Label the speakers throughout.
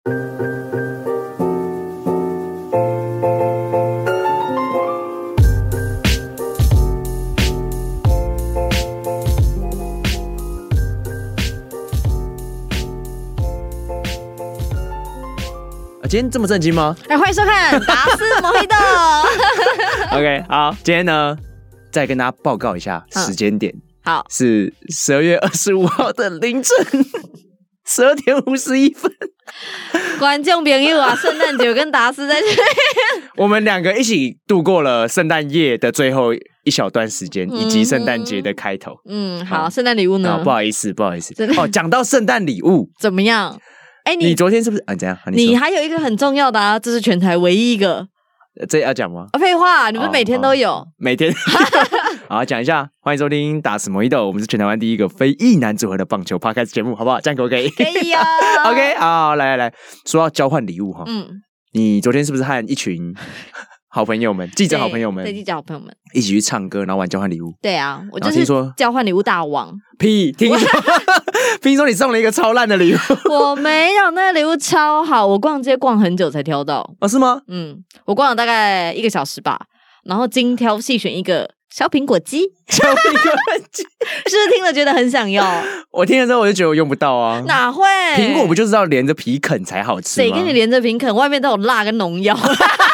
Speaker 1: 今天这么震惊吗？
Speaker 2: 欢迎收看达斯莫希豆。
Speaker 1: OK， 好，今天呢，再跟大家报告一下时间点。
Speaker 2: 好，
Speaker 1: 是12月25号的凌晨12点51分。
Speaker 2: 观众朋友啊，圣诞节跟达斯在这里，
Speaker 1: 我们两个一起度过了圣诞夜的最后一小段时间，以及圣诞节的开头。
Speaker 2: 好，圣诞礼物呢？
Speaker 1: 不好意思。哦，讲到圣诞礼物
Speaker 2: 怎么样？
Speaker 1: 你昨天是不是怎样？
Speaker 2: 你还有一个很重要的啊，这是全台唯一一个。
Speaker 1: 这要讲吗？
Speaker 2: 废话，你们每天都有，
Speaker 1: 每天。好，讲一下，欢迎收听达斯莫希豆，我们是全台湾第一个非异男组合的棒球 podcast 节目，好不好？这样可不可以？
Speaker 2: 可以啊。
Speaker 1: OK， 好，来，说到交换礼物哈，你昨天是不是和一群好朋友们、记者好朋友们，
Speaker 2: 对记者好朋友们
Speaker 1: 一起去唱歌，然后玩交换礼物？
Speaker 2: 对啊，我就是交换礼物大王。
Speaker 1: 屁，听说你送了一个超烂的礼物。
Speaker 2: 我没有，那个礼物超好，我逛街逛很久才挑到。
Speaker 1: 哦，是吗？
Speaker 2: 我逛了大概1个小时吧，然后精挑细选一个小苹果肌。
Speaker 1: 小苹果肌
Speaker 2: 是不是听了觉得很想要？
Speaker 1: 我听了之后我就觉得我用不到啊。
Speaker 2: 哪会？
Speaker 1: 苹果不就是要连着皮啃才好吃吗？
Speaker 2: 谁跟你连着皮啃？外面都有蜡跟农药。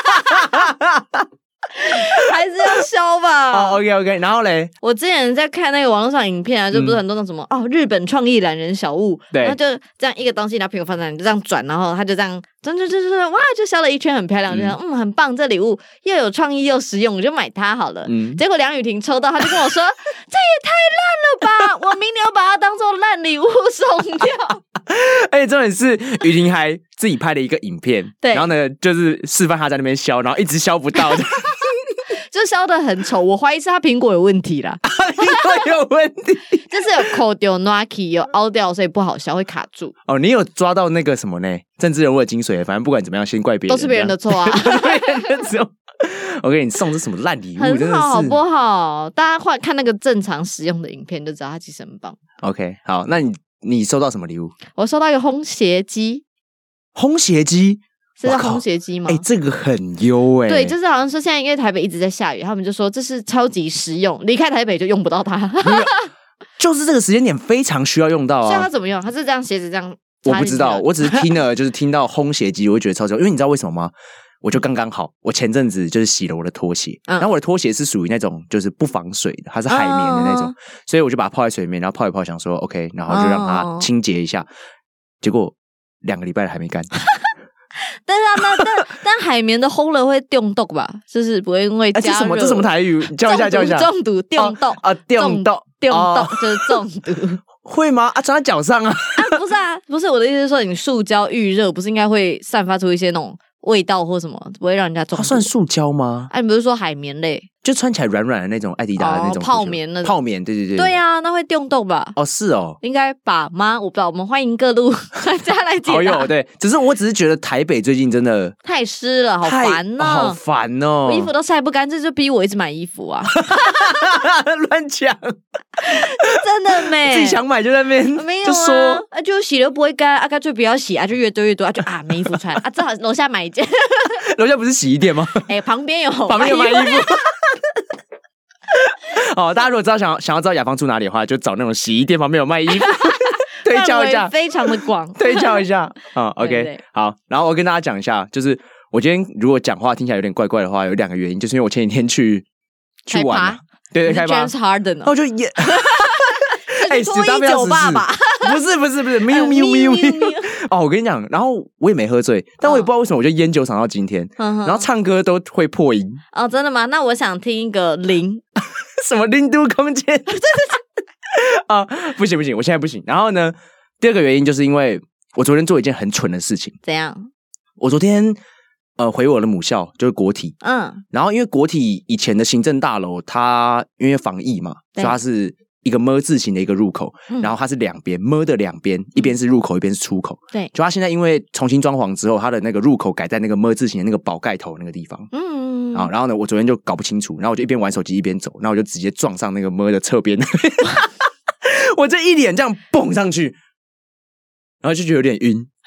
Speaker 2: 还是要削吧。
Speaker 1: OK， 然后嘞，
Speaker 2: 我之前在看那个网络上影片啊，就不是很多那种什么日本创意懒人小物，
Speaker 1: 对，
Speaker 2: 然后就这样一个东西，然后苹果放在那里，就这样转，然后它就这样转，哇，就削了一圈，很漂亮，就想很棒，这礼物又有创意又实用，我就买它好了。结果梁雨婷抽到，她就跟我说，这也太烂了吧，我明年要把它当做烂礼物送掉。
Speaker 1: 而且重点是雨婷还自己拍了一个影片，对，然后呢就是示范她在那边削，然后一直削不到的。
Speaker 2: 就削得很丑，我怀疑是他苹果有问题啦。
Speaker 1: 苹果有问题，
Speaker 2: 就是有扣掉 Naki 有凹掉，所以不好削，会卡住。
Speaker 1: 哦，你有抓到那个什么呢？政治人物的精髓，反正不管怎么样，先怪别人，
Speaker 2: 都是别人的错啊。
Speaker 1: 我给你送这什么烂礼物，
Speaker 2: 很好，好不好？大家看那个正常使用的影片就知道它其实很棒。
Speaker 1: OK， 好，那你收到什么礼物？
Speaker 2: 我收到一个烘鞋机。
Speaker 1: 烘鞋机？
Speaker 2: 是在烘鞋机吗？
Speaker 1: 这个很优
Speaker 2: 对，就是好像说现在因为台北一直在下雨，他们就说这是超级实用，离开台北就用不到它。
Speaker 1: 就是这个时间点非常需要用到啊。
Speaker 2: 所以它怎么用？它是这样鞋子这样？
Speaker 1: 我不知道，我只是听了，就是听到烘鞋机，我会觉得超级，因为你知道为什么吗？我就刚刚好，我前阵子就是洗了我的拖鞋，然后我的拖鞋是属于那种就是不防水的，它是海绵的那种，所以我就把它泡在水里面，然后泡一泡，想说 OK， 然后就让它清洁一下，结果2个礼拜了还没干。
Speaker 2: 但海绵的烘了会冻冻吧？就是不会因为加热。
Speaker 1: 这什么台语？教一下。
Speaker 2: 中毒冻冻
Speaker 1: 冻冻
Speaker 2: 就是中毒。
Speaker 1: 会吗？穿在脚上啊？
Speaker 2: 不是我的意思是说，你塑胶遇热不是应该会散发出一些那种味道或什么，不会让人家中毒？
Speaker 1: 它算塑胶吗？
Speaker 2: 你不是说海绵类？
Speaker 1: 就穿起来软软的那种艾迪达的那种
Speaker 2: 泡棉那种。
Speaker 1: 泡棉，对。
Speaker 2: 对啊，那会冻冻吧？
Speaker 1: 是哦，
Speaker 2: 应该吧吗？我不知道，我们欢迎各路专家来解答。
Speaker 1: 对，我只是觉得台北最近真的
Speaker 2: 太湿了，好烦哦，
Speaker 1: 好烦哦，
Speaker 2: 我衣服都晒不干，这就逼我一直买衣服啊。
Speaker 1: 乱讲，
Speaker 2: 真的没
Speaker 1: 自己想买就在那边
Speaker 2: 没有
Speaker 1: 就说
Speaker 2: 就洗了不会干干脆不要洗就越堆越多就没衣服穿正好楼下买一件。
Speaker 1: 楼下不是洗衣店吗？
Speaker 2: 旁边有
Speaker 1: 买衣服。大家如果知道想要知道雅芳住哪里的话，就找那种洗衣店旁边有卖衣服。推销一下，
Speaker 2: 非常的广。
Speaker 1: 推销一下OK， 好。然后我跟大家讲一下，就是我今天如果讲话听起来有点怪怪的话，有2个原因，就是因为我前几天去玩嘛，对，开趴。
Speaker 2: James Harden
Speaker 1: 然后就也，
Speaker 2: 脱衣酒吧吧？
Speaker 1: 不是，喵。我跟你讲，然后我也没喝醉，但我也不知道为什么我就烟酒嗓到今天，然后唱歌都会破音。
Speaker 2: 真的吗？那我想听一个零。
Speaker 1: 什么零度空间？不行，我现在不行。然后呢，第2个原因就是因为我昨天做一件很蠢的事情。
Speaker 2: 怎样？
Speaker 1: 我昨天回我的母校，就是国体。然后因为国体以前的行政大楼，它因为防疫嘛，所以它是一个 M 字形的一个入口，然后它是两边 M 的两边，一边是入口，一边是出口。
Speaker 2: 对，
Speaker 1: 就它现在因为重新装潢之后，它的那个入口改在那个 M 字形的那个宝盖头那个地方。然后呢，我昨天就搞不清楚，然后我就一边玩手机一边走，然后我就直接撞上那个 M 的侧边，我这一脸这样蹦上去，然后就觉得有点晕，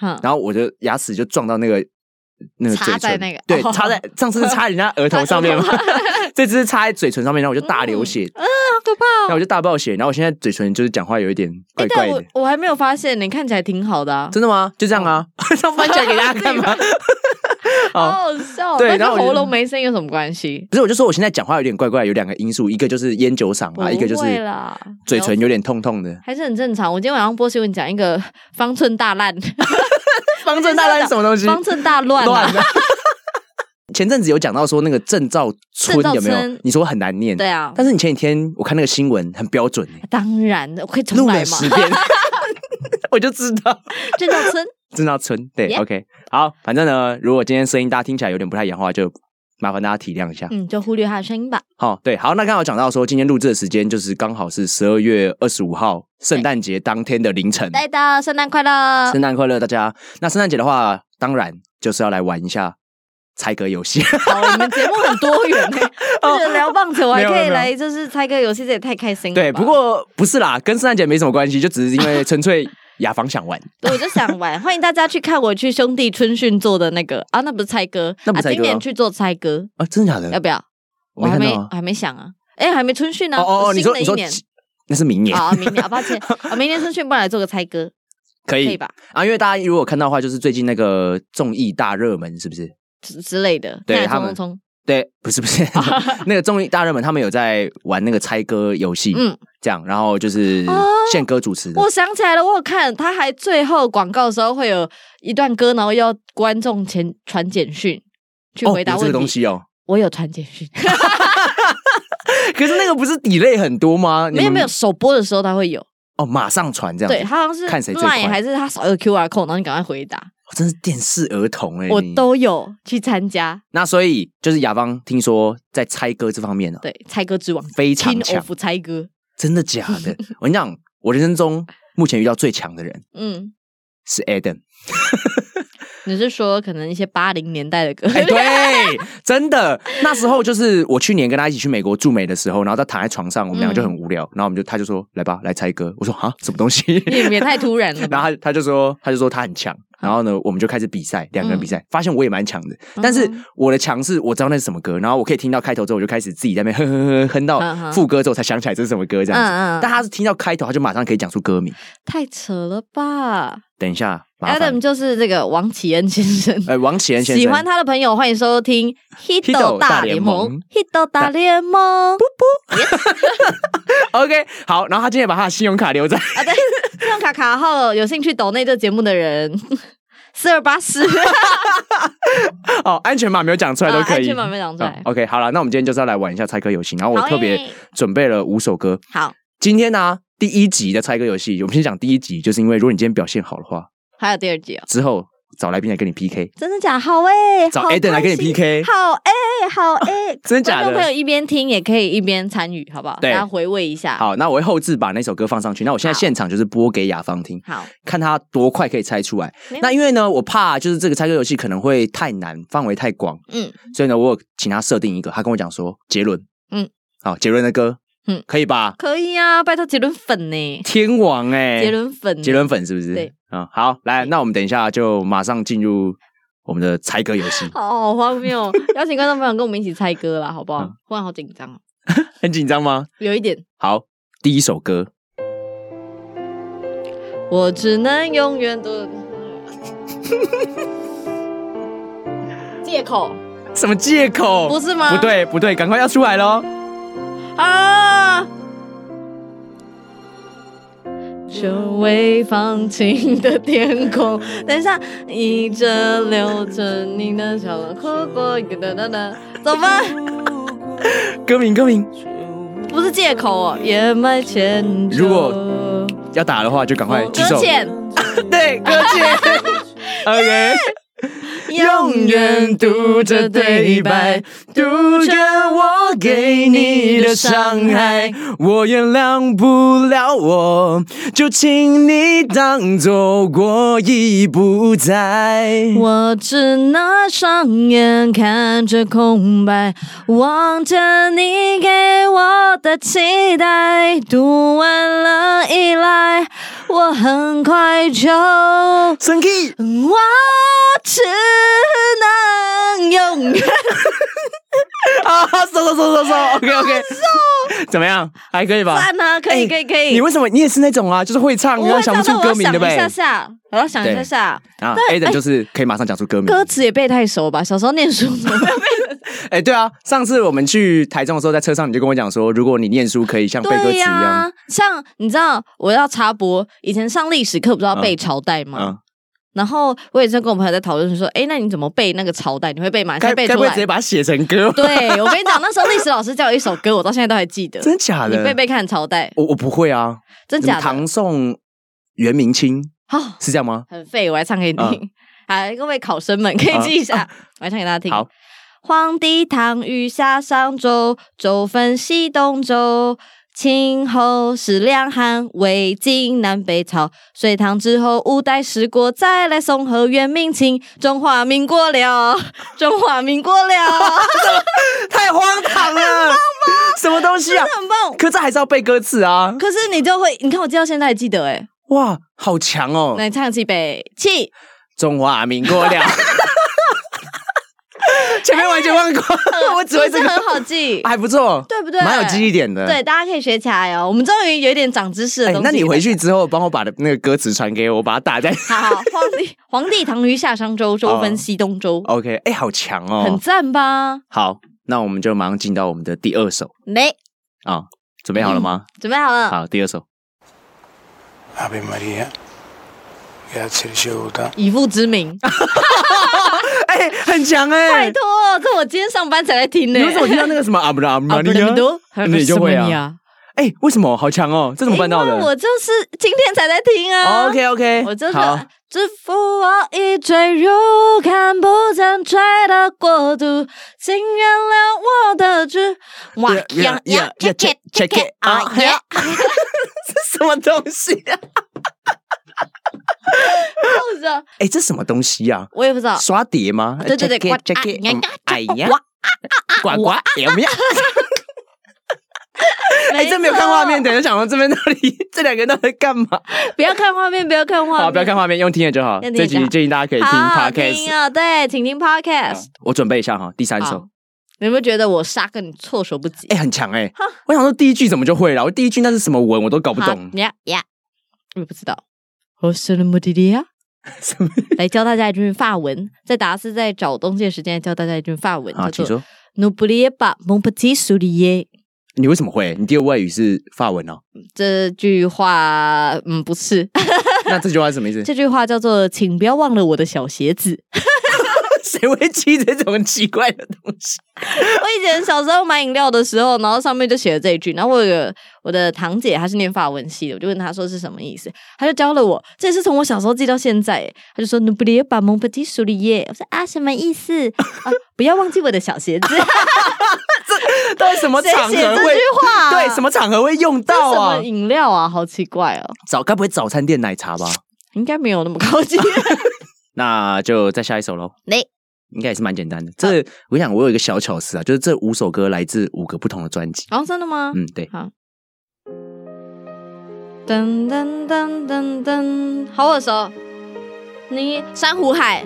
Speaker 1: 然后我的牙齿就撞到那个
Speaker 2: 插在那个，
Speaker 1: 对，插在上次是插在人家额头上面嘛，这次是插在嘴唇上面，然后我就大流血，
Speaker 2: 好可怕哦！
Speaker 1: 然后我就大爆血，然后我现在嘴唇就是讲话有一点怪怪的。
Speaker 2: 我还没有发现，你看起来挺好的啊。
Speaker 1: 真的吗？就这样啊，要翻起来给大家看吗？
Speaker 2: 好好笑，
Speaker 1: 对，
Speaker 2: 然后喉咙没声音有什么关系？
Speaker 1: 不是，我就说我现在讲话有点怪怪，有2个因素，一个就是烟酒嗓嘛，一个就是嘴唇有点痛痛的，
Speaker 2: 还是很正常。我今天晚上播新闻讲一个方寸大乱，
Speaker 1: 方寸大乱是什么东西？
Speaker 2: 方寸大乱。
Speaker 1: 前阵子有讲到说那个证照村有没有？你说很难念，
Speaker 2: 对啊。
Speaker 1: 但是你前几天我看那个新闻很标准，
Speaker 2: 当然我可以重来嘛，
Speaker 1: 录了10遍，我就知道
Speaker 2: 证照村。
Speaker 1: 证照村对 ，OK， 好，反正呢，如果今天声音大家听起来有点不太一样的话，就麻烦大家体谅一下，
Speaker 2: 就忽略他的声音吧。
Speaker 1: 好，对，好，那刚好讲到说今天录制的时间就是刚好是12月25号圣诞节当天的凌晨。
Speaker 2: 对的，圣诞快乐，
Speaker 1: 圣诞快乐大家。那圣诞节的话，当然就是要来玩一下猜歌游戏。
Speaker 2: 好，你们节目很多元欸，不止聊棒球，我还可以来就是猜歌游戏，这也太开心了。
Speaker 1: 对，不过不是啦，跟圣诞节没什么关系，就只是因为纯粹雅芳想玩。
Speaker 2: 对，我就想玩。欢迎大家去看我去兄弟春训做的那个啊，那不是猜歌，
Speaker 1: 那不是猜歌，
Speaker 2: 今年去做猜歌
Speaker 1: 啊，真的假的？
Speaker 2: 要不要？我还没想啊，还没春训呢。
Speaker 1: 你说那是明年
Speaker 2: 啊，明年，抱歉，明年春训不然来做个猜歌，
Speaker 1: 可以吧？啊，因为大家如果看到的话，就是最近那个综艺大热门，是不是
Speaker 2: 之类的？
Speaker 1: 对他们。对，不是那个综艺大热门，他们有在玩那个猜歌游戏，这样，然后就是宪哥主持的。
Speaker 2: 我想起来了，我有看，他还最后广告的时候会有一段歌，然后要观众传简讯去回答问题。
Speaker 1: 这个东西哦，
Speaker 2: 我有传简讯。
Speaker 1: 可是那个不是delay很多吗？
Speaker 2: 没有，首播的时候他会有
Speaker 1: 哦，马上传这样子。
Speaker 2: 对，他好像是
Speaker 1: 看谁最快，
Speaker 2: 还是他扫一个 QR code， 然后你赶快回答。
Speaker 1: 真是电视儿童
Speaker 2: 我都有去参加。
Speaker 1: 那所以就是雅芳听说在猜歌这方面呢，
Speaker 2: 对，猜歌之王
Speaker 1: 非常强。
Speaker 2: King of 猜歌，
Speaker 1: 真的假的？我跟你讲，我人生中目前遇到最强的人，是 Adam。
Speaker 2: 你是说可能一些80年代的歌？
Speaker 1: 对，真的，那时候就是我去年跟他一起去美国驻美的时候，然后他躺在床上，我们两个就很无聊，然后他就说来吧，来猜歌。我说啊，什么东西？
Speaker 2: 也太突然了。
Speaker 1: 然后他就说他很强。然后呢，我们就开始比赛，2个人比赛，发现我也蛮强的。但是我的强是我知道那是什么歌，然后我可以听到开头之后，我就开始自己在那边哼到副歌之后才想起来这是什么歌这样子。但他是听到开头，他就马上可以讲出歌名，
Speaker 2: 太扯了吧！
Speaker 1: 等一下
Speaker 2: ，Adam 就是这个王启恩先生。
Speaker 1: 王启恩先生，
Speaker 2: 喜欢他的朋友欢迎收听《Hito 大联盟》。Hito 大联盟，不。
Speaker 1: OK， 好，然后他今天把他的信用卡留在
Speaker 2: 对，信用卡号有兴趣抖内这节目的人，4284。
Speaker 1: 哦，安全码没有讲出来都可以，
Speaker 2: 安全码没有讲出来。
Speaker 1: OK， 好了，那我们今天就是要来玩一下猜歌游戏，然后我特别准备了5首歌。
Speaker 2: 好，
Speaker 1: 今天呢第1集的猜歌游戏，我们先讲第1集，就是因为如果你今天表现好的话，
Speaker 2: 还有第2集哦。
Speaker 1: 之后找来宾来跟你 PK，
Speaker 2: 真的假？好
Speaker 1: 找 Adam 来跟你 PK，
Speaker 2: 好
Speaker 1: 真的假的？
Speaker 2: 观众朋友一边听也可以一边参与，好不好？对，大家回味一下。
Speaker 1: 好，那我会后置把那首歌放上去。那我现在现场就是播给雅芳听，
Speaker 2: 好，看
Speaker 1: 他多快可以猜出来。那因为呢，我怕就是这个猜歌游戏可能会太难，范围太广，所以呢，我有请他设定一个，他跟我讲说杰伦，好，杰伦的歌。可以吧？
Speaker 2: 可以啊，拜托杰伦粉呢，
Speaker 1: 天王
Speaker 2: 杰伦粉
Speaker 1: 是不是？
Speaker 2: 对，
Speaker 1: 好，来，那我们等一下就马上进入我们的猜歌游戏。
Speaker 2: 好荒谬，邀请观众朋友跟我们一起猜歌啦，好不好？忽然好紧张哦，
Speaker 1: 很紧张吗？
Speaker 2: 有一点。
Speaker 1: 好，第1首歌，
Speaker 2: 我只能永远的借口？
Speaker 1: 什么借口？
Speaker 2: 不是吗？
Speaker 1: 不对，赶快要出来咯。
Speaker 2: 啊！久未放晴的天空，等一下，一直留着你的笑容，哭过一个哒，怎么办？
Speaker 1: 歌名
Speaker 2: 不是借口哦，也埋前。
Speaker 1: 如果要打的话，就赶快举手。
Speaker 2: 搁浅，
Speaker 1: 对，搁浅。OK。 永远读着对白，读着我给你的伤害。我原谅不了我，就请你当作过已不在。
Speaker 2: 我只拿双眼看着空白，望着你给我的期待。读完了依赖，我很快就
Speaker 1: 生气。
Speaker 2: 我只能永远
Speaker 1: 啊，收 OK， 怎么样？还可以吧？
Speaker 2: 赞啊，可以。
Speaker 1: 你为什么你也是那种啊？就是会唱，然后想不出歌名的呗？
Speaker 2: 我要想一下。
Speaker 1: 啊 ，Aiden 就是可以马上讲出歌名，
Speaker 2: 歌词也背太熟吧？小时候念书怎么会背？
Speaker 1: 对啊，上次我们去台中的时候，在车上你就跟我讲说，如果你念书可以像背歌词一样，
Speaker 2: 像你知道我要插播，以前上历史课不是要背朝代吗？然后我也是跟我朋友在讨论说，那你怎么背那个朝代？你会背吗？该
Speaker 1: 不会直接把它写成歌？
Speaker 2: 对，我跟你讲，那时候历史老师教我一首歌，我到现在都还记得。
Speaker 1: 真假的？
Speaker 2: 你背背看朝代。
Speaker 1: 我不会啊，
Speaker 2: 真假的？
Speaker 1: 唐宋元明清，是这样吗？
Speaker 2: 很废，我来唱给你听。好，各位考生们可以记一下，我来唱给大家听。
Speaker 1: 好，
Speaker 2: 黄帝唐虞夏商周，周分西东周。秦后是两汉，魏晋南北朝，隋唐之后五代十国，再来宋和元明清，中华民国了，中华民国了，
Speaker 1: 太荒唐了，
Speaker 2: 很棒吗？
Speaker 1: 什么东西啊？
Speaker 2: 很棒，
Speaker 1: 可是还是要背歌词啊。
Speaker 2: 可是你就会，你看我记到现在还记得
Speaker 1: 哇，好强哦！
Speaker 2: 那你唱起背起，
Speaker 1: 中华民国了。前面完全忘光，我只会这个，
Speaker 2: 很好记，
Speaker 1: 还不错，
Speaker 2: 对不对？
Speaker 1: 蛮有记忆点的，
Speaker 2: 对，大家可以学起来哦。我们终于有一点长知识的东西。
Speaker 1: 那你回去之后，帮我把那个歌词传给我，把它打在。
Speaker 2: 好，黄帝唐虞夏商周，周分西东周。
Speaker 1: OK， 好强哦，
Speaker 2: 很赞吧？
Speaker 1: 好，那我们就马上进到我们的第二首。准备好了吗？
Speaker 2: 准备好了。
Speaker 1: 好，第二首。
Speaker 3: Ave Maria。
Speaker 2: 以父之名，
Speaker 1: 很强
Speaker 2: 拜托，这我今天上班才来听呢。
Speaker 1: 你为什么听到那个什么阿布拉玛尼亚？你就会啊？为什么？好强哦！这怎么办到的？
Speaker 2: 我就是今天才在听啊。
Speaker 1: OK，
Speaker 2: 我就是只负我已坠入看不见追的国度，请原谅我的罪。哇呀呀 ，check it out，
Speaker 1: 这什么东西啊？这什么东西啊？
Speaker 2: 我也不知道。
Speaker 1: 刷碟吗？
Speaker 2: 对，
Speaker 1: 哎呀，呱呱，有没有？真没有看画面，等一下想到这边到底这两个人到底干嘛？
Speaker 2: 不要看画面，不要看画面，
Speaker 1: 好，不要看画面，用听的就好。这集建议大家可以听 podcast，
Speaker 2: 对，请听 podcast。
Speaker 1: 我准备一下哈，第三首。
Speaker 2: 你有没有觉得我杀跟你措手不及？
Speaker 1: 很强我想说第一句怎么就会了？我第一句那是什么文我都搞不懂。
Speaker 2: 我不知道。我是了目的地啊！来教大家一句法文，在达斯在找东西的时间教大家一句法文，
Speaker 1: 叫做
Speaker 2: "N'oubliez pas mon petit soulier"。
Speaker 1: 你为什么会？你第二外语是法文哦？
Speaker 2: 这句话不是。
Speaker 1: 那这句话是什么意思？
Speaker 2: 这句话叫做请不要忘了我的小鞋子。
Speaker 1: 谁会记这种奇怪的东西？
Speaker 2: 我以前小时候买饮料的时候，然后上面就写了这一句，然后我的堂姐她是念法文系的，我就问她说是什么意思，她就教了我，这也是从我小时候记到现在。她就说 "N'oubliez pas mon petit soulier"， 我说什么意思？不要忘记我的小鞋子。
Speaker 1: 这到底什么场合会？
Speaker 2: 这句话
Speaker 1: 对，什么场合会用到啊？
Speaker 2: 什么饮料啊？好奇怪哦！
Speaker 1: 该不会早餐店奶茶吧？
Speaker 2: 应该没有那么高级。
Speaker 1: 那就再下一首喽。应该也是蛮简单的。我想我有一个小巧思啊，就是这5首歌来自5个不同的专辑。
Speaker 2: 真的吗？
Speaker 1: 对。
Speaker 2: 好。噔噔噔噔噔，好耳熟。你珊瑚海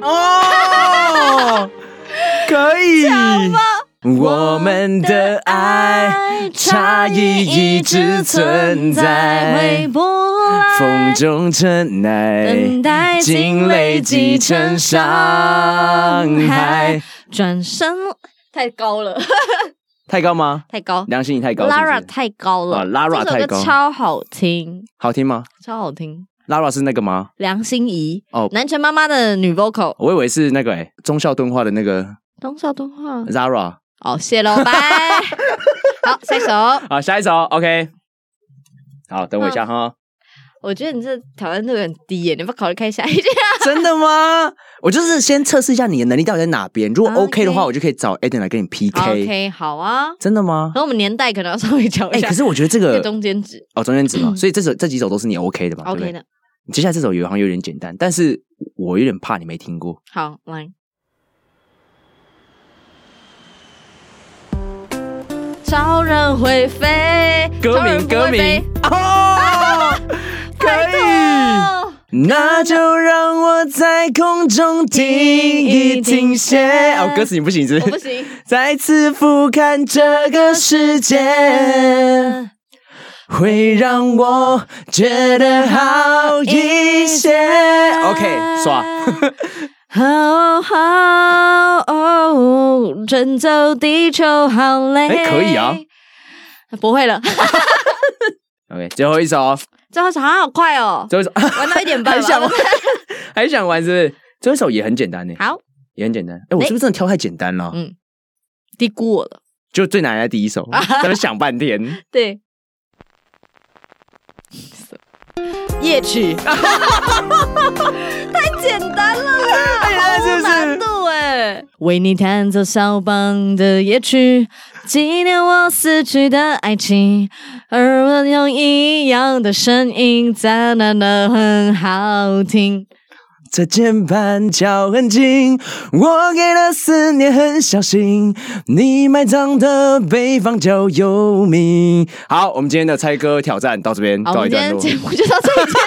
Speaker 1: 可以。
Speaker 2: 强吧？
Speaker 1: 我们的爱差异一直存在，风中尘埃竟累积成伤害。
Speaker 2: 转身太高了。
Speaker 1: 太高吗？
Speaker 2: 太高，
Speaker 1: 良心你太高是不是
Speaker 2: Lara 太高了
Speaker 1: ，Lara 太高，
Speaker 2: 超好听。
Speaker 1: 好听吗？
Speaker 2: 超好听。
Speaker 1: Lara 是那个吗？
Speaker 2: 梁心颐南拳妈妈的女 vocal。
Speaker 1: 我以为是那个忠孝敦化的那个
Speaker 2: 忠孝敦化
Speaker 1: Zara。
Speaker 2: 谢喽，拜。好，下一首。
Speaker 1: 好，下一首 OK。好，等我一下哈。
Speaker 2: 我觉得你这挑战度有点低耶，你要不要考虑开下一届？
Speaker 1: 真的吗？我就是先测试一下你的能力到底在哪边，如果 OK 的话，我就可以找 Eden 来跟你 PK。
Speaker 2: OK， 好啊。
Speaker 1: 真的吗？
Speaker 2: 可我们年代可能要稍微调一下。
Speaker 1: 可是我觉得这个
Speaker 2: 中间值
Speaker 1: 中间值嘛，所以这几首都是你 OK 的嘛
Speaker 2: ？OK 的。
Speaker 1: 你接下来这首好像有点简单，但是我有点怕你没听过。
Speaker 2: 好，来。超人会飞，
Speaker 1: 歌名哦，可以，那就让我在空中停一停歇。歌词你不行是不是？
Speaker 2: 我不行。
Speaker 1: 再次俯瞰这个世界，会让我觉得好一些。OK， 刷。
Speaker 2: 拯救地球好累。
Speaker 1: 可以啊。
Speaker 2: 不会了。
Speaker 1: OK， 最后一首。
Speaker 2: 最后一首好快哦。
Speaker 1: 最后一首
Speaker 2: 玩到1点半
Speaker 1: 吧。还想玩是不是？最后一首也很简单呢。
Speaker 2: 好，
Speaker 1: 也很简单。我是不是真的挑太简单了？
Speaker 2: 低估我了。
Speaker 1: 就最难的第一首，在那想半天。
Speaker 2: 对。夜曲。太简单了啦，好难度哎！为你弹奏肖邦的夜曲，纪念我死去的爱情，而我用一样的声音，在那很好听。
Speaker 1: 这键盘敲很紧，我给了思念很小心，你埋葬的北方就有名。好，我们今天的猜歌挑战到这边告一段落。
Speaker 2: 我们今天节目就到这里结束。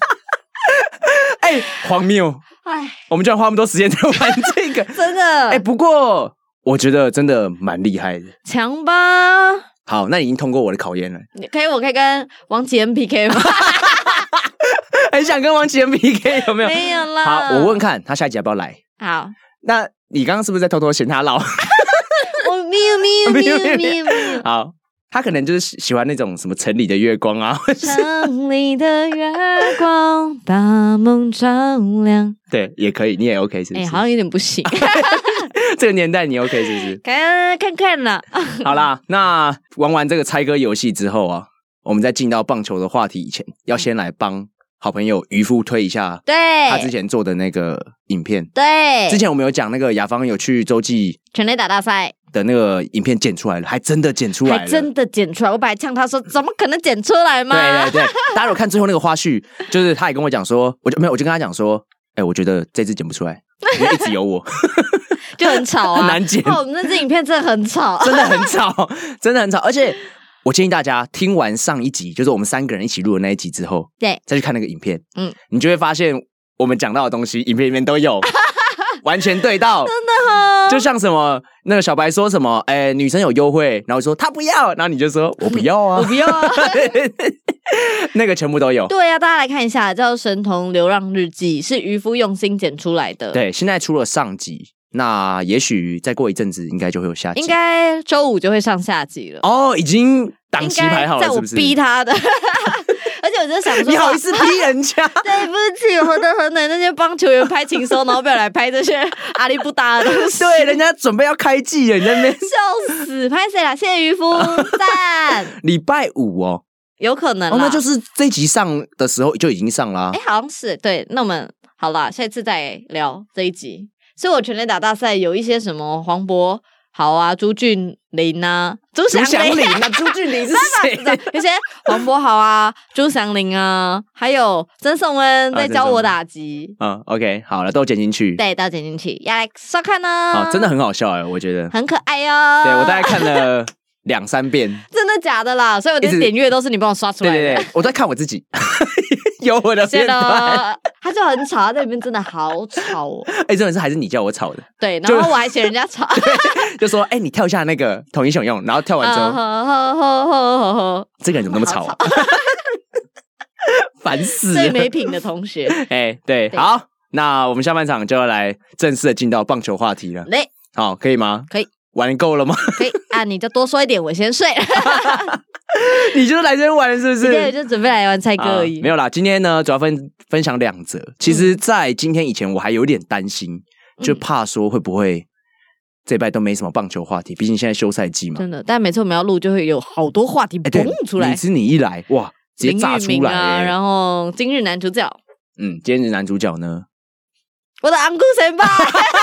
Speaker 1: 荒谬！我们居然花那么多时间在玩这个，
Speaker 2: 真的。
Speaker 1: 不过我觉得真的蛮厉害的，
Speaker 2: 强吧？
Speaker 1: 好，那你已经通过我的考验了。
Speaker 2: 我可以跟王启恩 PK 吗？
Speaker 1: 很想跟王启恩 PK 有没有？
Speaker 2: 没有啦。
Speaker 1: 好，我问看他下一集要不要来。
Speaker 2: 好，
Speaker 1: 那你刚刚是不是在偷偷嫌他老？
Speaker 2: 我没有。
Speaker 1: 好。他可能就是喜欢那种什么城里的月光啊，
Speaker 2: 城里的月光把梦照亮。
Speaker 1: 对，也可以，你也 OK 是不是？
Speaker 2: 好像有点不行。
Speaker 1: 这个年代你 OK 是不是？
Speaker 2: 看看啦。
Speaker 1: 好啦，那玩完这个猜歌游戏之后啊，我们在进到棒球的话题以前，要先来帮好朋友渔夫推一下，
Speaker 2: 对，
Speaker 1: 他之前做的那个影片。
Speaker 2: 对，
Speaker 1: 之前我们有讲那个雅芳有去洲际
Speaker 2: 全垒打大赛
Speaker 1: 的那个影片剪出来了，还真的剪出来了，
Speaker 2: 我本来呛他说怎么可能剪出来吗？
Speaker 1: 对，大家有看最后那个花絮，就是他也跟我讲说，我就跟他讲说，我觉得这次剪不出来，因为一直有我，
Speaker 2: 就很吵啊，
Speaker 1: 很难剪。
Speaker 2: 我们那支影片真的很吵，
Speaker 1: 真的很吵，真的很吵。而且我建议大家听完上一集，就是我们3个人一起录的那一集之后，
Speaker 2: 对，
Speaker 1: 再去看那个影片，你就会发现我们讲到的东西，影片里面都有。完全对到，
Speaker 2: 真的哦，
Speaker 1: 就像什么那个小白说什么，女生有优惠，然后说他不要，然后你就说我不要啊，
Speaker 2: 我不要啊，
Speaker 1: 那个全部都有。
Speaker 2: 对啊，大家来看一下，叫《神童流浪日记》，是渔夫用心剪出来的。
Speaker 1: 对，现在出了上集，那也许再过一阵子应该就会有下集，
Speaker 2: 应该周5就会上下集了。
Speaker 1: 哦，已经档期排好了，是不是？
Speaker 2: 在我逼他的。而且我就想说，
Speaker 1: 你好意思逼人家？
Speaker 2: 对不起，我的很难那些帮球员拍情收，然后不要来拍这些阿里不搭的东西。
Speaker 1: 对，人家准备要开季了，你在那边
Speaker 2: 笑死！拍谁啦？谢谢渔夫，赞。
Speaker 1: 礼拜5哦，
Speaker 2: 有可能啦，
Speaker 1: 那就是这一集上的时候就已经上啦。
Speaker 2: 好像是对。那我们好啦，下一次再聊这一集。所以我全垒打大赛有一些什么黄渤豪啊、朱峻霖啊、朱祥霖啊，
Speaker 1: 朱峻霖是谁？
Speaker 2: 有些黄渤豪啊、朱祥霖啊，还有曾颂恩在教我打击。
Speaker 1: OK， 好了，都剪进去，
Speaker 2: 对，都剪进去，要来收看哦。
Speaker 1: 真的很好笑我觉得
Speaker 2: 很可爱哦。
Speaker 1: 对，我大概看了2-3遍，
Speaker 2: 真的假的啦？所以我的点阅都是你帮我刷出来的。
Speaker 1: 对，我在看我自己，有我的片段。
Speaker 2: 他就很吵，他在里面真的好吵哦。
Speaker 1: 真的是还是你叫我吵的。对，
Speaker 2: 然后我还嫌人家吵，
Speaker 1: 就说你跳一下那个统一雄用，然后跳完之后，这个人怎么那么吵啊？烦死了！
Speaker 2: 最没品的同学。
Speaker 1: 对，好，那我们下半场就要来正式的进到棒球话题了。好，可以吗？
Speaker 2: 可以。
Speaker 1: 玩够了吗？
Speaker 2: 可以啊，你就多说一点，我先睡。
Speaker 1: 你就是来这边玩是不是？
Speaker 2: 对，就准备来玩猜歌而已。
Speaker 1: 没有啦，今天呢主要分享2则。其实，在今天以前，我还有点担心，就怕说会不会这一拜都没什么棒球话题，毕竟现在休赛季嘛。
Speaker 2: 真的，但每次我们要录，就会有好多话题蹦出来。
Speaker 1: 每次你一来，哇， 直接炸出来
Speaker 2: 啊。然后今日男主角，
Speaker 1: 今日男主角呢？
Speaker 2: 我的昂姑先輩，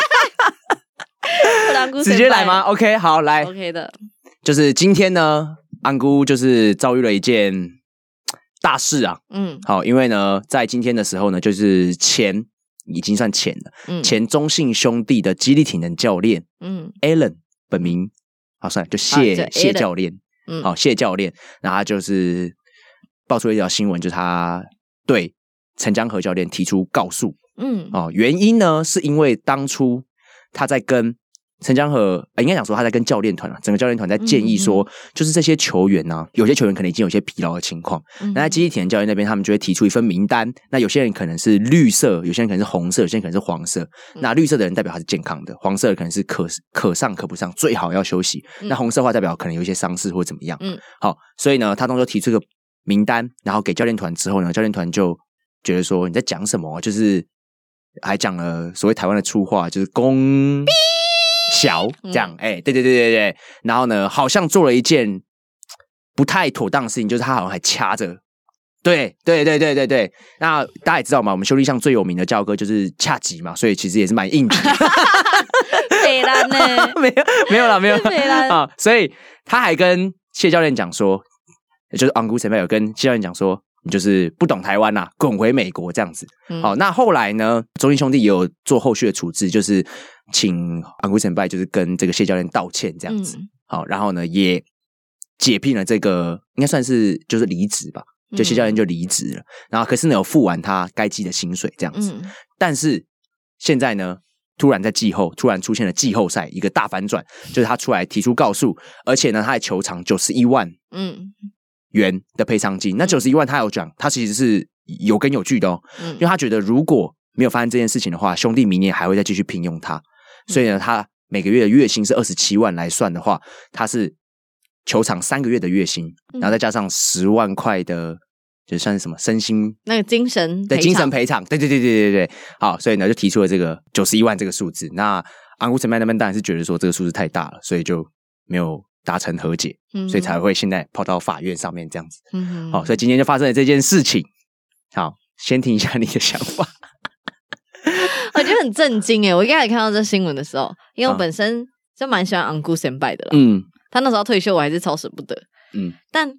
Speaker 2: 我的昂姑先輩，
Speaker 1: 直接来吗 ？OK， 好，来
Speaker 2: ，OK 的。
Speaker 1: 就是今天呢，昂姑就是遭遇了一件大事啊。好，因为呢，在今天的时候呢，就是已经算前了，前中信兄弟的肌力体能教练，Alan 本名，好算了，就谢教练，好谢教练，然后他就是爆出一条新闻，就是他对陈江河教练提出告诉，原因呢是因为当初他在跟陈江河，应该讲说他在跟教练团啊，整个教练团在建议说，就是这些球员啊，有些球员可能已经有些疲劳的情况，那在肌力体能教练那边，他们就会提出一份名单，那有些人可能是绿色，有些人可能是红色，有些人可能是黄色，那绿色的人代表他是健康的，黄色的可能是可上可不上，最好要休息，那红色的话代表可能有一些伤势或怎么样，好，所以呢，他当时提出一个名单，然后给教练团之后呢，教练团就觉得说你在讲什么，就是还讲了所谓台湾的粗话，就是公小这样，对，然后呢，好像做了一件不太妥当的事情，就是他好像还掐着，对，那大家也知道嘛，我们兄弟象最有名的教歌就是恰吉嘛，所以其实也是蛮硬的。
Speaker 2: 北兰呢？
Speaker 1: 没有啦
Speaker 2: 北兰
Speaker 1: 啊，所以他还跟谢教练讲说，就是昂姑前辈有跟谢教练讲说，你就是不懂台湾啦，滚回美国这样子。好，那后来呢，中信兄弟也有做后续的处置，就是请昂姑前辈就是跟这个谢教练道歉这样子。好，然后呢也解聘了这个，应该算是就是离职吧，就谢教练就离职了。然后可是呢有付完他该记的薪水这样子。但是现在呢，突然在季后突然出现了季后赛一个大反转，就是他出来提出告诉，而且呢他还求偿91万元的赔偿金。那91万他有讲，他其实是有根有据的哦，因为他觉得如果没有发生这件事情的话，兄弟明年还会再继续聘用他，所以呢他每个月的月薪是27万来算的话，他是求偿3个月的月薪，然后再加上10万块的，就算是什么身心
Speaker 2: 那个精神
Speaker 1: 赔偿，对，好，所以呢就提出了这个91万这个数字。那昂姑前辈那边当然是觉得说这个数字太大了，所以就没有达成和解，所以才会现在跑到法院上面这样子。好，所以今天就发生了这件事情。好，先听一下你的想法。
Speaker 2: 我觉得很震惊耶！我一开始看到这新闻的时候，因为我本身就蛮喜欢昂姑先輩的啦。他那时候退休，我还是超舍不得。但，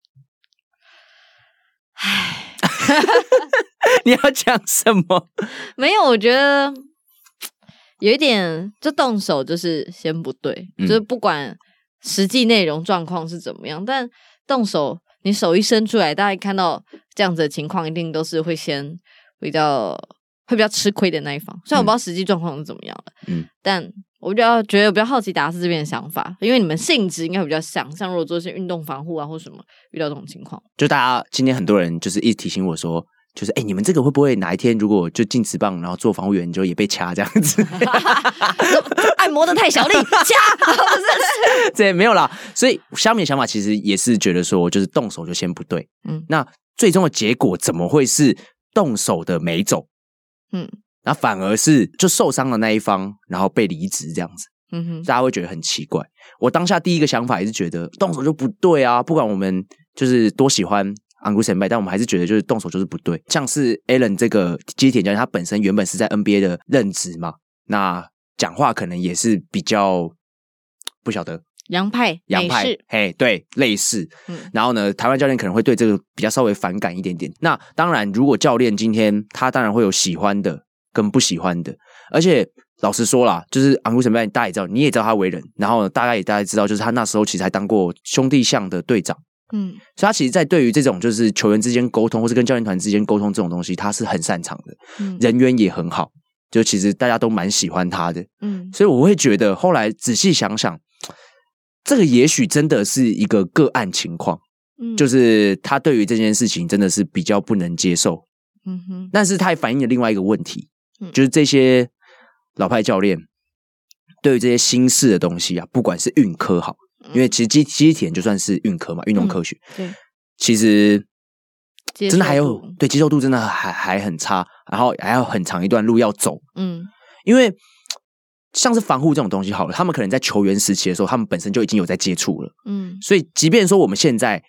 Speaker 2: 唉，
Speaker 1: 你要讲什么？
Speaker 2: 没有，我觉得有一点，就动手就是先不对，就是不管实际内容状况是怎么样，但动手，你手一伸出来，大家看到这样子的情况，一定都是会先比较吃亏的那一方。虽然我不知道实际状况是怎么样的，但我觉得比较好奇达斯这边的想法，因为你们性质应该会比较像如果做一些运动防护啊或什么，遇到这种情况，
Speaker 1: 就大家今天很多人就是一直提醒我说，就是你们这个会不会哪一天如果就进职棒，然后做防护员就也被掐这样子？
Speaker 2: 按摩的太小力，掐，
Speaker 1: 这没有啦。所以虾米的想法其实也是觉得说，就是动手就先不对，那最终的结果怎么会是动手的没走？然后反而是就受伤的那一方，然后被离职这样子，大家会觉得很奇怪。我当下第一个想法也是觉得动手就不对啊，不管我们就是多喜欢昂姑前辈，但我们还是觉得就是动手就是不对。像是 Alan 这个肌力体能教练，他本身原本是在 NBA 的任职嘛，那讲话可能也是比较不晓得
Speaker 2: 洋派，
Speaker 1: 嘿，对，类似。然后呢，台湾教练可能会对这个比较稍微反感一点点。那当然，如果教练今天他当然会有喜欢的跟不喜欢的，而且老实说啦，就是昂姑前辈大家也知道，你也知道他为人，然后大家知道，就是他那时候其实还当过兄弟象的队长。所以他其实在对于这种就是球员之间沟通或是跟教练团之间沟通这种东西，他是很擅长的，人缘也很好，就其实大家都蛮喜欢他的。所以我会觉得后来仔细想想，这个也许真的是一个个案情况，就是他对于这件事情真的是比较不能接受。但是他也反映了另外一个问题，就是这些老派教练对于这些新式的东西啊，不管是运科好，因为其实肌力体能就算是运科嘛，运动科学，
Speaker 2: 对，
Speaker 1: 其实真的还有对接受度真的还很差，然后还有很长一段路要走。因为像是防护这种东西好了，他们可能在球员时期的时候，他们本身就已经有在接触了。所以即便说我们现在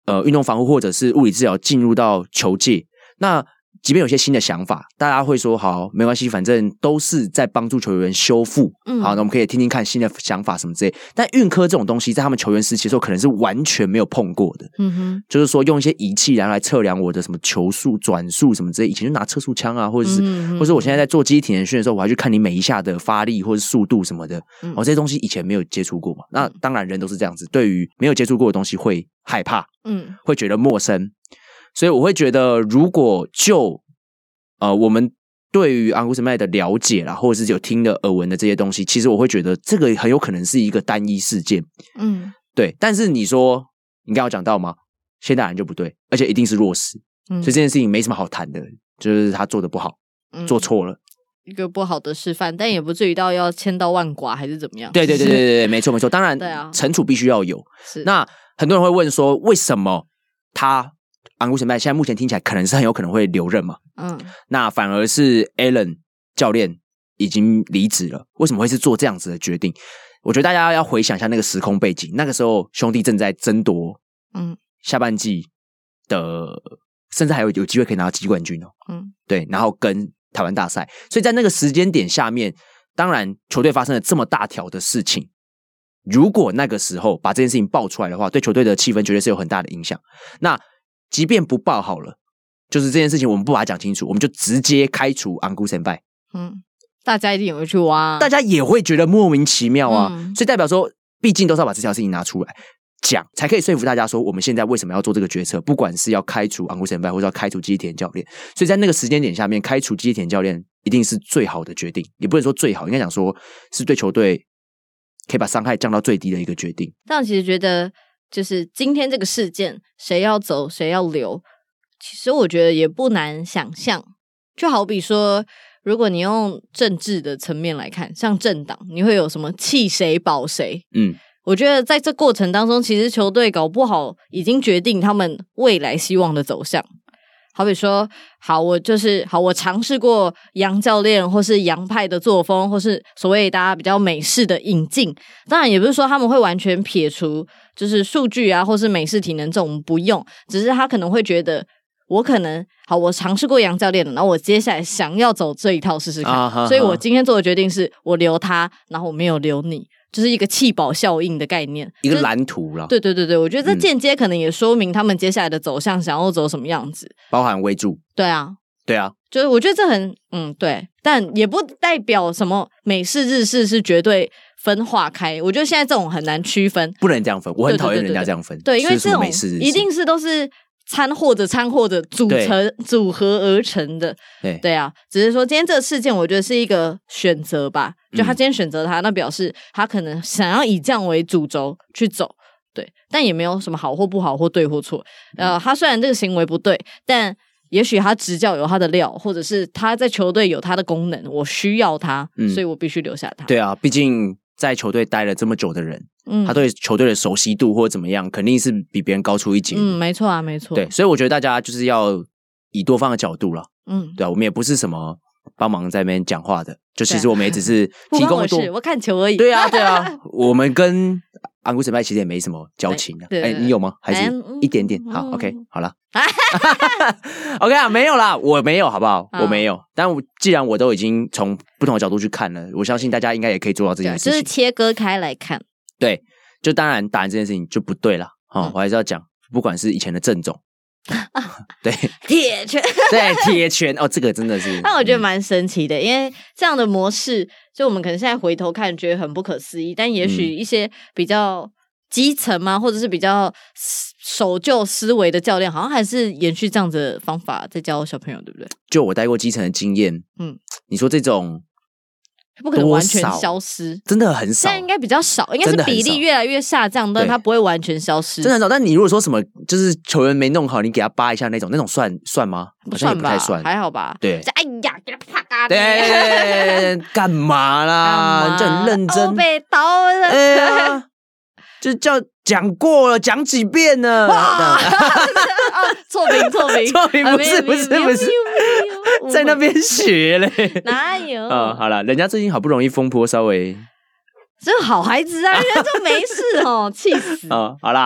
Speaker 1: 运动防护或者是物理治疗进入到球界，那即便有些新的想法，大家会说好没关系，反正都是在帮助球员修复。好，那我们可以听听看新的想法什么之类。但运科这种东西，在他们球员时期的时候，可能是完全没有碰过的。就是说用一些仪器来测量我的什么球速、转速什么之类，以前就拿测速枪啊，或者是我现在在做肌体能训的时候，我还去看你每一下的发力或者速度什么的。这些东西以前没有接触过嘛。那当然人都是这样子，对于没有接触过的东西会害怕，会觉得陌生。所以我会觉得，如果就我们对于安古斯麦的了解啦，或者是有听的耳闻的这些东西，其实我会觉得这个很有可能是一个单一事件。对。但是你说你刚刚有讲到吗？现代人就不对，而且一定是弱势。所以这件事情没什么好谈的，就是他做的不好，做错了。
Speaker 2: 一个不好的示范，但也不至于到要千刀万剐还是怎么样。
Speaker 1: 对，没错。当然，惩处必须要有。那很多人会问说，为什么他安古斯麦现在目前听起来可能是很有可能会留任嘛？那反而是 Allen 教练已经离职了，为什么会是做这样子的决定？我觉得大家要回想一下那个时空背景，那个时候兄弟正在争夺下半季的，甚至还有机会可以拿到季冠军哦。对，然后跟台湾大赛，所以在那个时间点下面，当然球队发生了这么大条的事情，如果那个时候把这件事情爆出来的话，对球队的气氛绝对是有很大的影响。那即便不爆好了，就是这件事情我们不把它讲清楚，我们就直接开除安古先拜。
Speaker 2: 大家一定也会去挖，
Speaker 1: 大家也会觉得莫名其妙啊。所以代表说，毕竟都是要把这条事情拿出来讲，才可以说服大家说，我们现在为什么要做这个决策？不管是要开除安古先拜，或者要开除基田教练，所以在那个时间点下面，开除基田教练一定是最好的决定，也不能说最好，应该讲说是对球队可以把伤害降到最低的一个决定。
Speaker 2: 但我其实觉得，就是今天这个事件，谁要走，谁要留，其实我觉得也不难想象。就好比说，如果你用政治的层面来看，像政党，你会有什么弃谁保谁？我觉得在这过程当中，其实球队搞不好已经决定他们未来希望的走向。好比说，我尝试过洋教练或是洋派的作风，或是所谓大家比较美式的引进。当然也不是说他们会完全撇除就是数据啊或是美式体能这种不用，只是他可能会觉得我尝试过洋教练了，然后我接下来想要走这一套试试看，所以我今天做的决定是我留他，然后我没有留你，就是一个弃保效应的概念，
Speaker 1: 一个蓝图啦。
Speaker 2: 对，我觉得这间接可能也说明他们接下来的走向想要走什么样子，
Speaker 1: 包含威助。
Speaker 2: 对啊，
Speaker 1: 就是
Speaker 2: 我觉得这很对，但也不代表什么美式日式是绝对分化开。我觉得现在这种很难区分，
Speaker 1: 不能这样分，我很讨厌人家这样分。
Speaker 2: 对，因为这种一定是都是掺和着组合而成的。对啊，只是说今天这个事件我觉得是一个选择吧，就他今天选择他，那表示他可能想要以这样为主轴去走。对，但也没有什么好或不好或对或错。他虽然这个行为不对，但也许他执教有他的料，或者是他在球队有他的功能，我需要他，所以我必须留下他。
Speaker 1: 对啊，毕竟在球队待了这么久的人，他对球队的熟悉度或者怎么样，肯定是比别人高出一截。
Speaker 2: 没错啊，没错。
Speaker 1: 对，所以我觉得大家就是要以多方的角度啦。对啊，我们也不是什么帮忙在那边讲话的，就其实我们也只是提供
Speaker 2: 我看球而已。
Speaker 1: 对啊，我们跟安古神派其实也没什么交情的。你有吗？还是一点点？好 ，OK， 好了。OK 啊，没有啦，我没有，好不好？我没有。但既然我都已经从不同的角度去看了，我相信大家应该也可以做到这件事情，
Speaker 2: 就是切割开来看。
Speaker 1: 对，就当然打人这件事情就不对了。我还是要讲，不管是以前的郑总。对，
Speaker 2: 铁拳，
Speaker 1: 对，铁拳哦，这个真的是，
Speaker 2: 但我觉得蛮神奇的，因为这样的模式，就我们可能现在回头看觉得很不可思议，但也许一些比较基层嘛，或者是比较守旧思维的教练，好像还是延续这样子的方法在教小朋友，对不对？
Speaker 1: 就我带过基层的经验，你说这种
Speaker 2: 不可能完全消失，
Speaker 1: 真的很少。
Speaker 2: 现在应该比较少，应该是比例越来越下降，但它不会完全消失，
Speaker 1: 真的很少。但你如果说什么，就是球员没弄好，你给他扒一下那种算吗？
Speaker 2: 不算吧，
Speaker 1: 不太算，
Speaker 2: 还好吧。
Speaker 1: 对，
Speaker 2: 哎呀，给他啪嘎！
Speaker 1: 对，干嘛啦？就很认真，
Speaker 2: 被刀了。
Speaker 1: 就叫讲过了，讲几遍了。
Speaker 2: 错评，不是，
Speaker 1: 在那边学嘞，
Speaker 2: 哪有？
Speaker 1: 好了，人家最近好不容易风波稍微，
Speaker 2: 这好孩子啊，人家就没事哦，气死。
Speaker 1: 好啦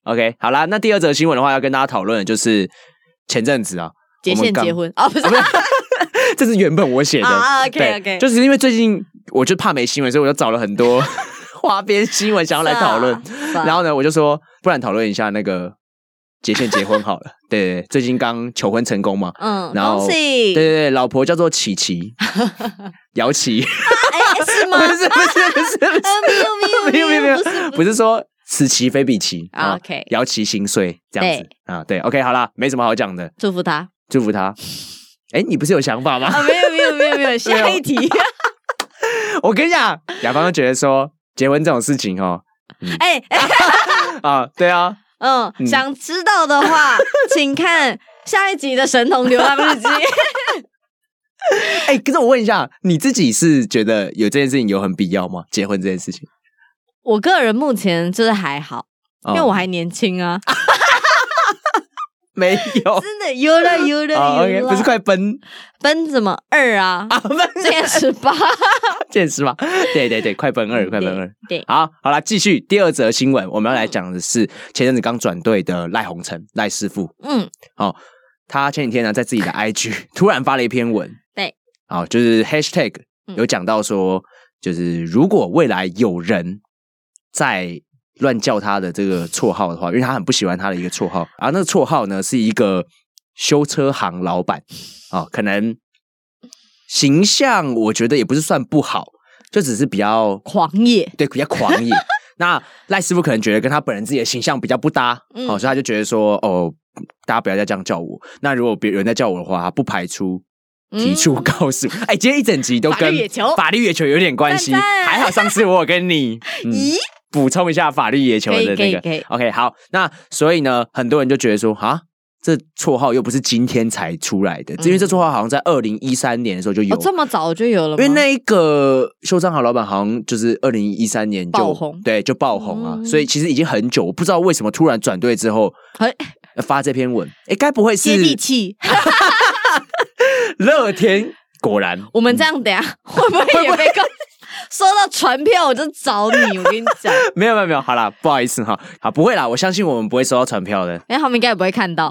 Speaker 1: OK， 好啦，那第二则新闻的话，要跟大家讨论的就是前阵子啊，
Speaker 2: 节宪结婚哦，不是，
Speaker 1: 这是原本我写的。
Speaker 2: OK，
Speaker 1: 就是因为最近我就怕没新闻，所以我就找了很多花边新闻想要来讨论。然后呢，我就说，不然讨论一下那个节宪结婚好了。对，最近刚求婚成功嘛。然后
Speaker 2: 恭喜。
Speaker 1: 对，老婆叫做琪琪，姚琪。
Speaker 2: 是吗？
Speaker 1: 不是，没有，不是说此其非彼其。
Speaker 2: OK，
Speaker 1: 姚琪心碎这样子啊。对 ，OK， 好啦，没什么好讲的。
Speaker 2: 祝福他。
Speaker 1: 你不是有想法吗？
Speaker 2: 没有，下一题。
Speaker 1: 我跟你讲，雅芳就觉得说结婚这种事情哦，对啊，
Speaker 2: 想知道的话，请看下一集的《神童流浪日记》。
Speaker 1: 可是我问一下，你自己是觉得有这件事情有很必要吗？结婚这件事情，
Speaker 2: 我个人目前就是还好，因为我还年轻啊。
Speaker 1: 没有，
Speaker 2: 真的有了
Speaker 1: ，OK， 不是快奔
Speaker 2: 什么2啊？见18，
Speaker 1: 对，快奔2，快奔2。
Speaker 2: 对，
Speaker 1: 好啦，继续第二则新闻，我们要来讲的是前阵子刚转队的赖鸿成赖师傅。他前几天呢，在自己的 IG 突然发了一篇文，
Speaker 2: 对，
Speaker 1: 就是 hashtag 有讲到说，就是如果未来有人在乱叫他的这个绰号的话，因为他很不喜欢他的一个绰号，然后那个绰号呢是一个修车行老板可能形象我觉得也不是算不好，就只是比较
Speaker 2: 狂野，
Speaker 1: 对，比较狂野。那赖师傅可能觉得跟他本人自己的形象比较不搭，所以他就觉得说，大家不要再这样叫我。那如果别人在叫我的话，他不排除提出告诉。今天一整集都跟法律野球有点关系，还好上次我有跟你补充一下法律野球的那个。OK， 好，那所以呢，很多人就觉得说，这绰号又不是今天才出来的，因为这绰号好像在2013年的时候就有，
Speaker 2: 这么早就有了吗？
Speaker 1: 因为那一个修车行老板好像就是2013年就
Speaker 2: 爆红，
Speaker 1: 对，就爆红啊，所以其实已经很久，我不知道为什么突然转队之后发这篇文，该不会是
Speaker 2: 接地气？
Speaker 1: 乐天果然，
Speaker 2: 我们这样等一下会不会也被告？收到传票我就找你，我跟你讲。
Speaker 1: 没有，好啦，不好意思哈，好，不会啦，我相信我们不会收到传票的，
Speaker 2: 因为他们应该也不会看到，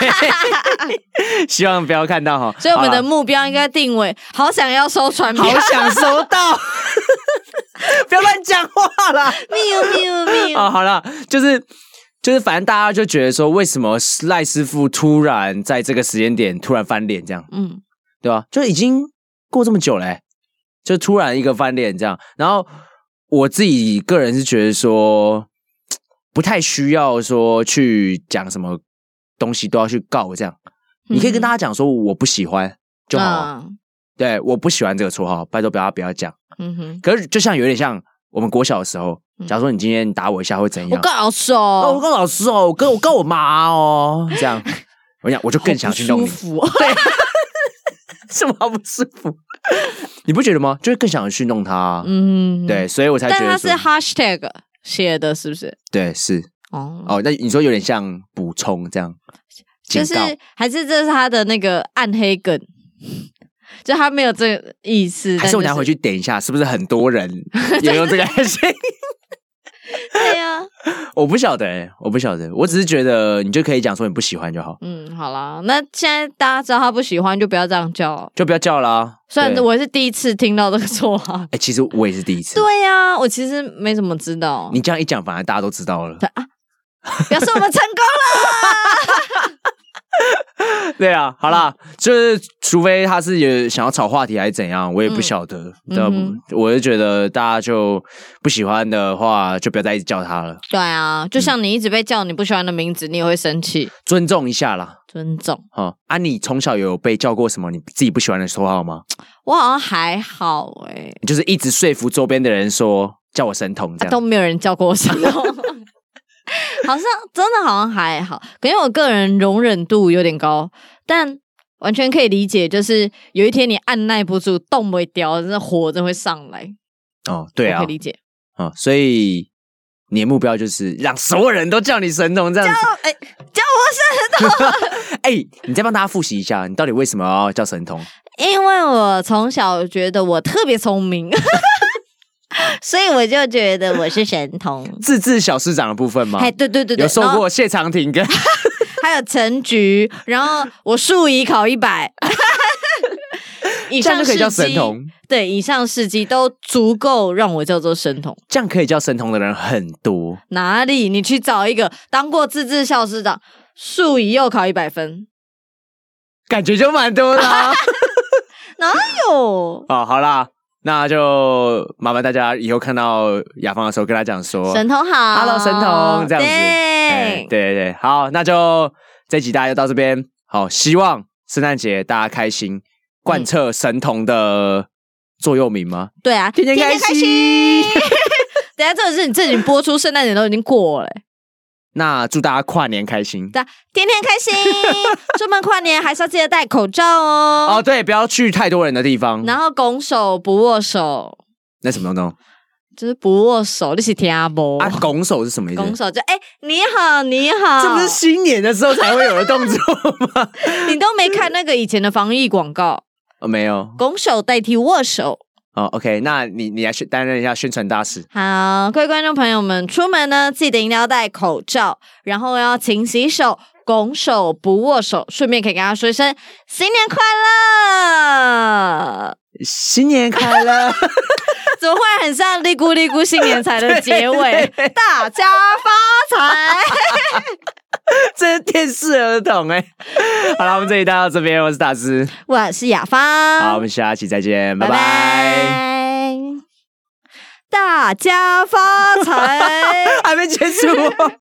Speaker 1: 希望不要看到哈。
Speaker 2: 所以我们的目标应该定位，好想要收传票，
Speaker 1: 好想收到，不要乱讲话啦，
Speaker 2: 喵。
Speaker 1: 好啦，就是反正大家就觉得说，为什么赖师傅突然在这个时间点突然翻脸这样，对吧？就已经过这么久了就突然一个翻脸这样，然后我自己个人是觉得说，不太需要说去讲什么东西都要去告这样，你可以跟大家讲说我不喜欢就好对，我不喜欢这个绰号，拜托不要讲。可是就像有点像我们国小的时候，假如说你今天打我一下会怎样？
Speaker 2: 我告老师
Speaker 1: 我告老师我告我妈这样，我讲我就更想去弄你。对。什么好不舒服？你不觉得吗？就是更想去弄他，对，所以我才觉得。
Speaker 2: 但他是 hashtag 写的，是不是？
Speaker 1: 对，是。那你说有点像补充这样，
Speaker 2: 就是还是这是他的那个暗黑梗，就他没有这个意思。
Speaker 1: 还是我等下回去点一下，是不是很多人也用这个 hashtag？
Speaker 2: 对呀，
Speaker 1: 我不晓得，我只是觉得你就可以讲说你不喜欢就好。
Speaker 2: 好啦，那现在大家知道他不喜欢，就不要这样叫，
Speaker 1: 就不要叫啦。
Speaker 2: 虽然我是第一次听到这个绰号，
Speaker 1: 其实我也是第一次。
Speaker 2: 对呀，我其实没怎么知道。
Speaker 1: 你这样一讲，反而大家都知道了。
Speaker 2: 表示我们成功了。
Speaker 1: 对啊，好啦，就是除非他是有想要炒话题还是怎样，我也不晓得。我就觉得大家就不喜欢的话，就不要再一直叫他了。
Speaker 2: 对啊，就像你一直被叫你不喜欢的名字，你也会生气。
Speaker 1: 尊重一下啦，
Speaker 2: 尊重。
Speaker 1: 你从小有被叫过什么你自己不喜欢的绰号吗？
Speaker 2: 我好像还好
Speaker 1: 就是一直说服周边的人说叫我神童这样，
Speaker 2: 都没有人叫过我神童。好像真的好像还好，可能我个人容忍度有点高，但完全可以理解，就是有一天你按耐不住，动不掉，真的火真会上来。
Speaker 1: 对啊，
Speaker 2: 我可以理解。
Speaker 1: 所以你的目标就是让所有人都叫你神童这样子。
Speaker 2: 叫我神童。
Speaker 1: 你再帮大家复习一下，你到底为什么要叫神童？
Speaker 2: 因为我从小觉得我特别聪明。 所以我就觉得我是神童。
Speaker 1: 自治小市长的部分吗？
Speaker 2: 哎，对，
Speaker 1: 有受过谢长廷跟
Speaker 2: 还有陈菊，然后我数乙考100。以上
Speaker 1: 就可以叫神童，
Speaker 2: 对，以上事迹都足够让我叫做神童。
Speaker 1: 这样可以叫神童的人很多。
Speaker 2: 哪里？你去找一个当过自治校市长，数乙又考100分，
Speaker 1: 感觉就蛮多的啊。
Speaker 2: 哪有？
Speaker 1: 哦，好啦，那就麻烦大家以后看到雅芳的时候，跟他讲说
Speaker 2: 神童好
Speaker 1: ，Hello 神童这样子。对，好，那就这集大家就到这边。好，希望圣诞节大家开心。贯彻神童的座右铭吗？
Speaker 2: 对啊，天天开心。等一下，这个是你自己播出，圣诞节都已经过了。
Speaker 1: 那祝大家跨年开心，
Speaker 2: 对，天天开心。出门跨年还是要记得戴口罩哦。
Speaker 1: 哦，对，不要去太多人的地方。
Speaker 2: 然后拱手不握手。
Speaker 1: 那什么东西？
Speaker 2: 就是不握手，你是听不？
Speaker 1: 啊，拱手是什么意思？
Speaker 2: 拱手就你好，你好。
Speaker 1: 这不是新年的时候才会有的动作吗？
Speaker 2: 你都没看那个以前的防疫广告？
Speaker 1: 没有。
Speaker 2: 拱手代替握手。
Speaker 1: 哦 ，OK， 那你来担任一下宣传大使。
Speaker 2: 好，各位观众朋友们，出门呢记得一定要戴口罩，然后要勤洗手，拱手不握手，顺便可以跟他说一声新年快乐，
Speaker 1: 新年快乐。
Speaker 2: 怎么会很像哩咕哩咕新年财的结尾？大家发财。
Speaker 1: 这是电视儿童好了，我们这一到这边，我是大师，
Speaker 2: 我是雅芳，
Speaker 1: 好，我们下期再见，拜
Speaker 2: 拜。大家发财。
Speaker 1: 还没结束哦。